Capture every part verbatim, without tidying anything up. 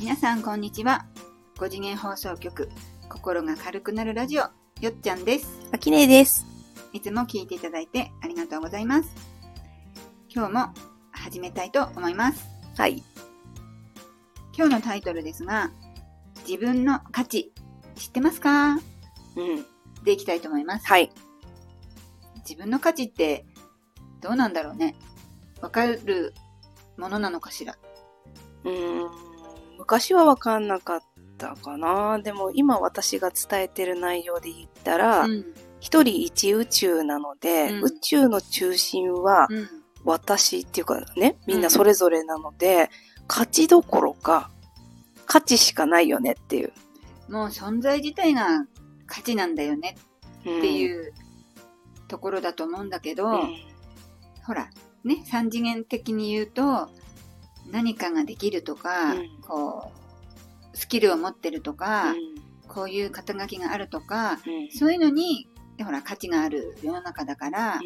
皆さんこんにちは。ご次元放送局心が軽くなるラジオよっちゃんです。 あきねえです。 いつも聞いていただいてありがとうございます。今日も始めたいと思います。 はい。 今日のタイトルですが、自分の価値知ってますか？ うん。 でいきたいと思います。 はい。 自分の価値ってどうなんだろうね。わかるものなのかしら。 うーん。昔はわかんなかったかな。でも今私が伝えてる内容で言ったら、 うん、 一人一宇宙なので、 うん、 宇宙の中心はうん、 私っていうかね、みんなそれぞれなので、うん、価値どころか価値しかないよねっていう。 もう存在自体が価値なんだよねっていうところだと思うんだけど、うん、ほらね、三次元的に言うと何かができるとか、うん、こうスキルを持ってるとか、うん、こういう肩書きがあるとか、うん、そういうのにほら価値がある世の中だから、うん、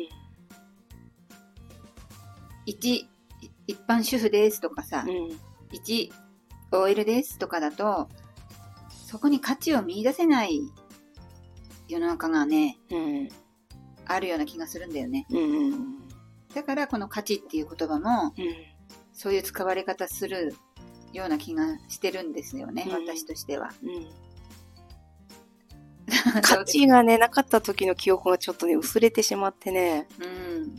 一一般主婦ですとかさ、うん、一 オーエル ですとかだとそこに価値を見出せない世の中がね、うん、あるような気がするんだよね、うん、だからこの価値っていう言葉も、うん、そういう使われ方するような気がしてるんですよね、うん、私としては、うん、 価値がねなかった時の記憶がちょっとね薄れてしまってね、うん、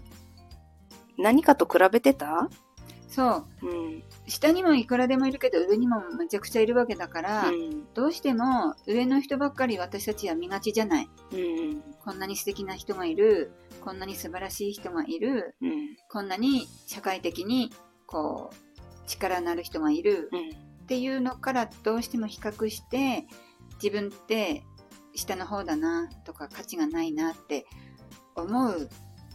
何かと比べてた？ そう、うん、下にもいくらでもいるけど上にもめちゃくちゃいるわけだから、うん、どうしても上の人ばっかり私たちは見がちじゃない、うん、こんなに素敵な人がいる、こんなに素晴らしい人がいる、うん、こんなに社会的にこう力のある人がいる、うん、っていうのからどうしても比較して自分って下の方だなとか価値がないなって思う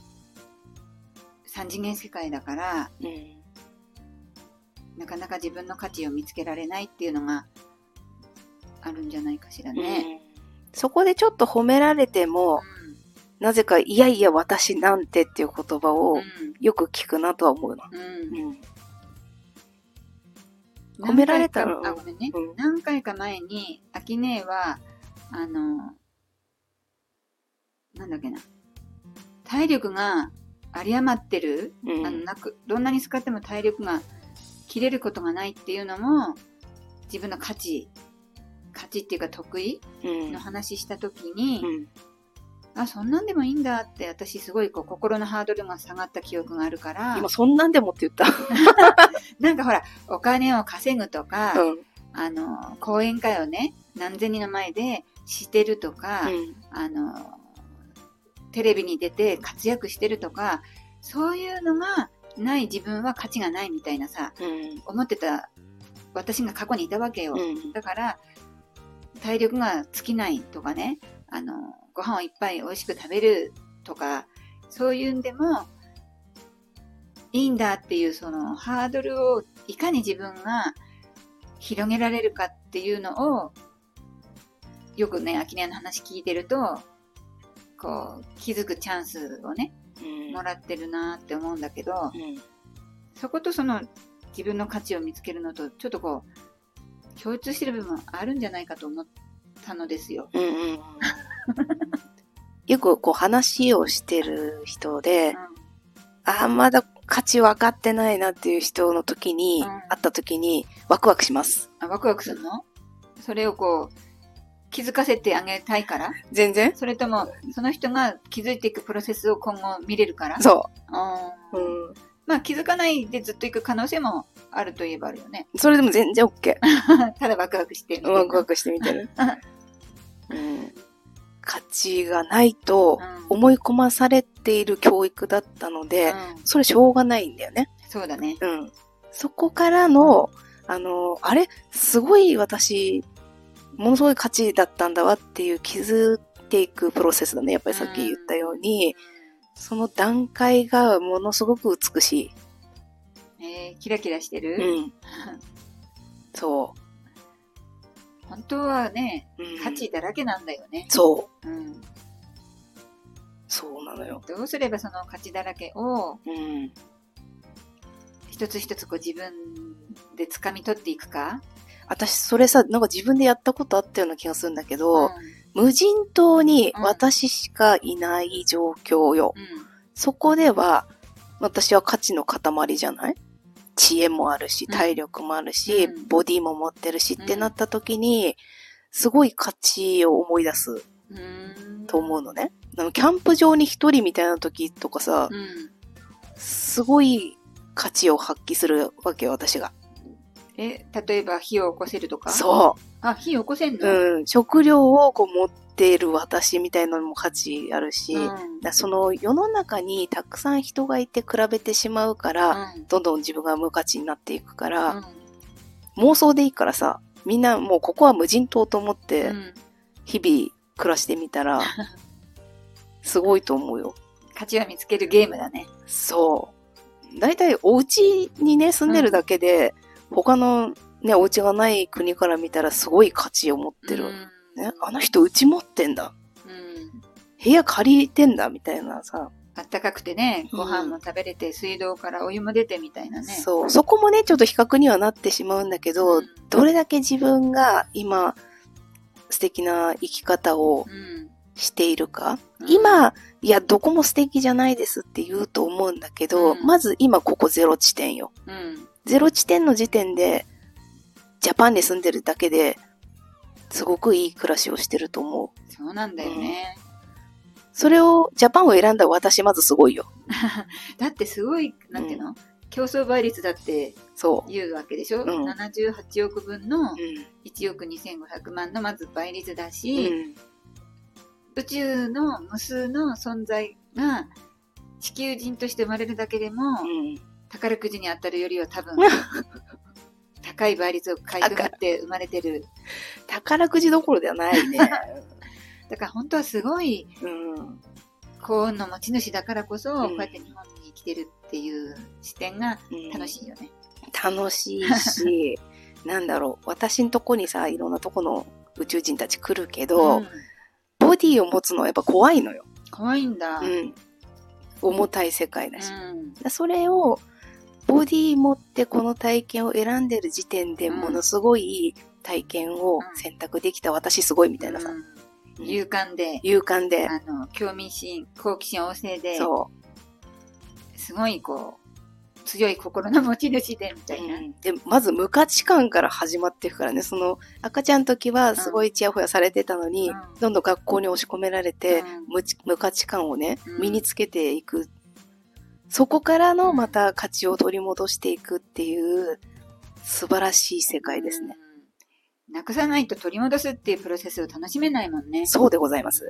三次元世界だから、うん、なかなか自分の価値を見つけられないっていうのがあるんじゃないかしらね、 うん、そこでちょっと褒められても、うん、なぜかいやいや私なんてっていう言葉をよく聞くなとは思うな、うんうん、褒められたら、 あ、ごめんね、うん、何回か前にアキネはあのなんだっけな、体力が有り余ってる、うん、あのなくどんなに使っても体力が切れることがないっていうのも自分の価値価値っていうか得意の話した時に、うん、あ、そんなんでもいいんだって私すごいこう心のハードルが下がった記憶があるから。 今そんなんでもって言ったなんかほらお金を稼ぐとか、うん、あの講演会をね何千人の前でしてるとか、うん、あのテレビに出て活躍してるとかそういうのがない自分は価値がないみたいなさ、うん、思ってた私が過去にいたわけよ、うん、だから体力が尽きないとかね、あのご飯をいっぱい美味しく食べるとかそういうんでもいいんだっていうそのハードルをいかに自分が広げられるかっていうのをよくね、アキネの話聞いてるとこう気づくチャンスをね、うん、もらってるなって思うんだけど、うん、そことその自分の価値を見つけるのとちょっとこう共通してる部分あるんじゃないかと思ったのですよ、うんうん、 よくこう話をしてる人で、うん、ああまだ価値分かってないなっていう人の時に、うん、会った時にワクワクします。 あ、ワクワクするの？それをこう気づかせてあげたいから？ 全然。 それともその人が気づいていくプロセスを今後見れるから？ そう。 あ、うん、まあ気づかないでずっといく可能性もあるといえばあるよね。 それでも全然 OK。 ただワクワクしてみてる。 ワクワクしてみてる。うん、価値がないと思い込まされている教育だったので、うん、それしょうがないんだよね。 そうだね。 うん。そこからの、あの、あれすごい私、ものすごい価値だったんだわっていう気づいていくプロセスだね。やっぱりさっき言ったように、うん、その段階がものすごく美しい。 えー、キラキラしてる？ うん。そう。 本当はね、うん、価値だらけなんだよね。 そう。うん。そうなのよ。 どうすればその価値だらけを、うん、一つ一つこう自分で掴み取っていくか。 私それさ、なんか自分でやったことあったような気がするんだけど、うん、無人島に私しかいない状況よ。うん、そこでは、私は価値の塊じゃない？知恵もあるし、体力もあるし、うん、ボディも持ってるしってなった時に、すごい価値を思い出すと思うのね。キャンプ場に一人みたいな時とかさ、うん、すごい価値を発揮するわけよ、私が。 え、例えば火を起こせるとか？ そう。 あ、火を起こせんの？ うん。食料をこう持っている私みたいなのも価値あるし、うん、だその世の中にたくさん人がいて比べてしまうから、うん、どんどん自分が無価値になっていくから、うん、妄想でいいからさ、みんなもうここは無人島と思って、日々暮らしてみたら、すごいと思うよ。 価値を見つけるゲームだね。 そう。だいたいお家にね、住んでるだけで、うん、他のね、お家がない国から見たらすごい価値を持ってる。うんね、あの人家持ってんだ。うん、部屋借りてんだみたいなさ。 あったかくてね、ご飯も食べれて、うん、水道からお湯も出てみたいなね。 そう。そこもね、ちょっと比較にはなってしまうんだけど、うん、どれだけ自分が今、素敵な生き方をしているか。うん、今、いや、どこも素敵じゃないですって言うと思うんだけど、うん、まず今ここゼロ地点よ。うん、ゼロ地点の時点で、ジャパンに住んでるだけで、すごくいい暮らしをしてると思う。 そうなんだよね。 うん、それを、ジャパンを選んだ私まずすごいよ。 だってすごい、なんていうの、うん、競争倍率だって言うわけでしょ、うん、ななじゅうはちおくぶんのいちおくにせんごひゃくまんのまず倍率だし、うん、宇宙の無数の存在が地球人として生まれるだけでも、うん、宝くじに当たるよりは多分高い倍率をかいくぐって生まれてる。 宝くじどころではないね。 だから本当はすごい、うん、幸運の持ち主だからこそ、うん、こうやって日本に来てるっていう視点が楽しいよね。 うん、楽しいし、なんだろう、私んとこにさ、いろんなとこの宇宙人たち来るけど、うん、ボディを持つのはやっぱ怖いのよ。 怖いんだ。うん。 重たい世界だし。うん、それを、ボディ持ってこの体験を選んでる時点でものすごい体験を選択できた私すごいみたいなさ。うんうん、勇敢で。 勇敢で。 あの、興味心、好奇心旺盛で。そう。すごいこう、強い心の持ち主でみたいな。うん、 で、まず無価値観から始まっていくからね。その赤ちゃんの時はすごいチヤホヤされてたのに、うん、どんどん学校に押し込められて、うん、無, 無価値観をね、身につけていく。そこからのまた価値を取り戻していくっていう素晴らしい世界ですね。 うん、なくさないと取り戻すっていうプロセスを楽しめないもんね。 そうでございます。うん、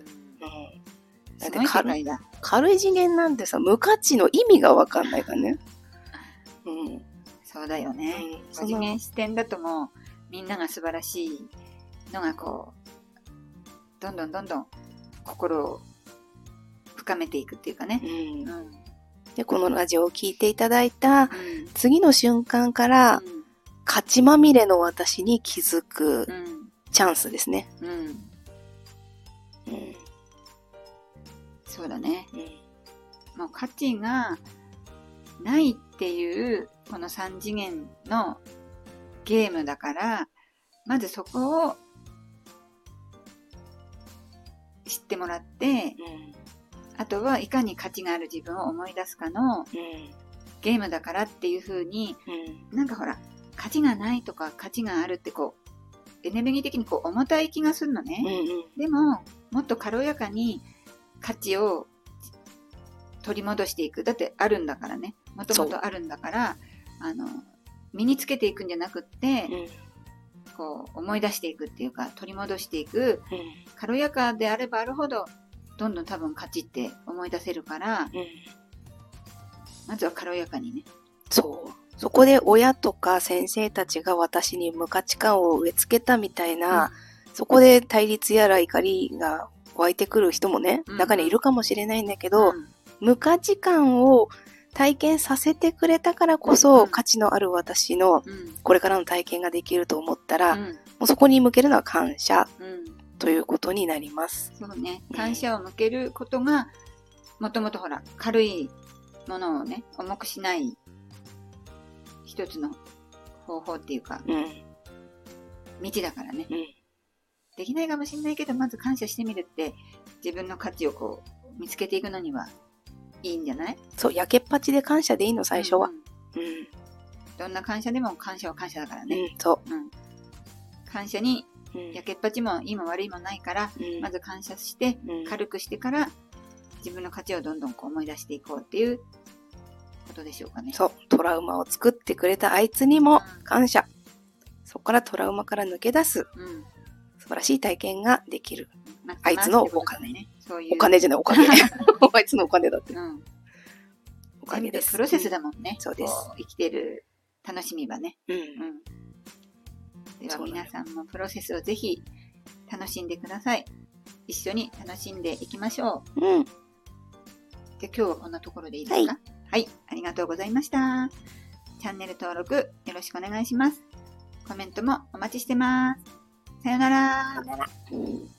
だって軽い、軽い次元なんてさ、無価値の意味がわかんないからね。 うん、そうだよね。うん、ご次元視点だともうみんなが素晴らしいのがこう、どんどんどんどん心を深めていくっていうかね。うんうんで、このラジオを聞いていただいた次の瞬間から、うん、価値まみれの私に気づくチャンスですね。うんうん、 そうだね、うん。もう価値がないっていうこの三次元のゲームだから、まずそこを知ってもらって、うんあとはいかに価値がある自分を思い出すかの、うん、ゲームだからっていう風に、うん、なんかほら価値がないとか価値があるってこうエネルギー的にこう重たい気がするのね、うんうん、でももっと軽やかに価値を取り戻していく。だってあるんだからね、もともとあるんだからあの身につけていくんじゃなくって、うん、こう思い出していくっていうか取り戻していく、うん、軽やかであればあるほどどんどん多分価値って思い出せるから、うん、まずは軽やかにね。 そう。そこで親とか先生たちが私に無価値観を植え付けたみたいな、うん、そこで対立やら怒りが湧いてくる人もね、うん、中にいるかもしれないんだけど、うん、無価値観を体験させてくれたからこそ、うん、価値のある私のこれからの体験ができると思ったら、もうそこに向けるのは感謝。ということになります。 そうね。感謝を向けることが、もともとほら、軽いものをね、重くしない一つの方法っていうか、うん、 道だからね。 うん。 できないかもしれないけど、まず感謝してみるって、自分の価値をこう、見つけていくのにはいいんじゃない？ そう、やけっぱちで感謝でいいの、最初は。うん。うん、 どんな感謝でも感謝は感謝だからね。 うん、そう。 うん。感謝に、やけっぱちもいいも悪いもないから、うん、まず感謝して、うん、軽くしてから、自分の価値をどんどんこう思い出していこうっていうことでしょうかね。 そう。トラウマを作ってくれたあいつにも感謝。うん、そこからトラウマから抜け出す。うん、素晴らしい体験ができる。あいつのお金。ね、そういうお金じゃない、お金。あいつのお金だって。うん、 お金です。プロセスだもんね。 そうです。 生きてる楽しみはね。 うん。うん、 では皆さんもプロセスをぜひ楽しんでください。一緒に楽しんでいきましょう。うん。で、今日はこんなところでいいですか？はい。はい。ありがとうございました。チャンネル登録よろしくお願いします。コメントもお待ちしてます。さよなら。 さよなら。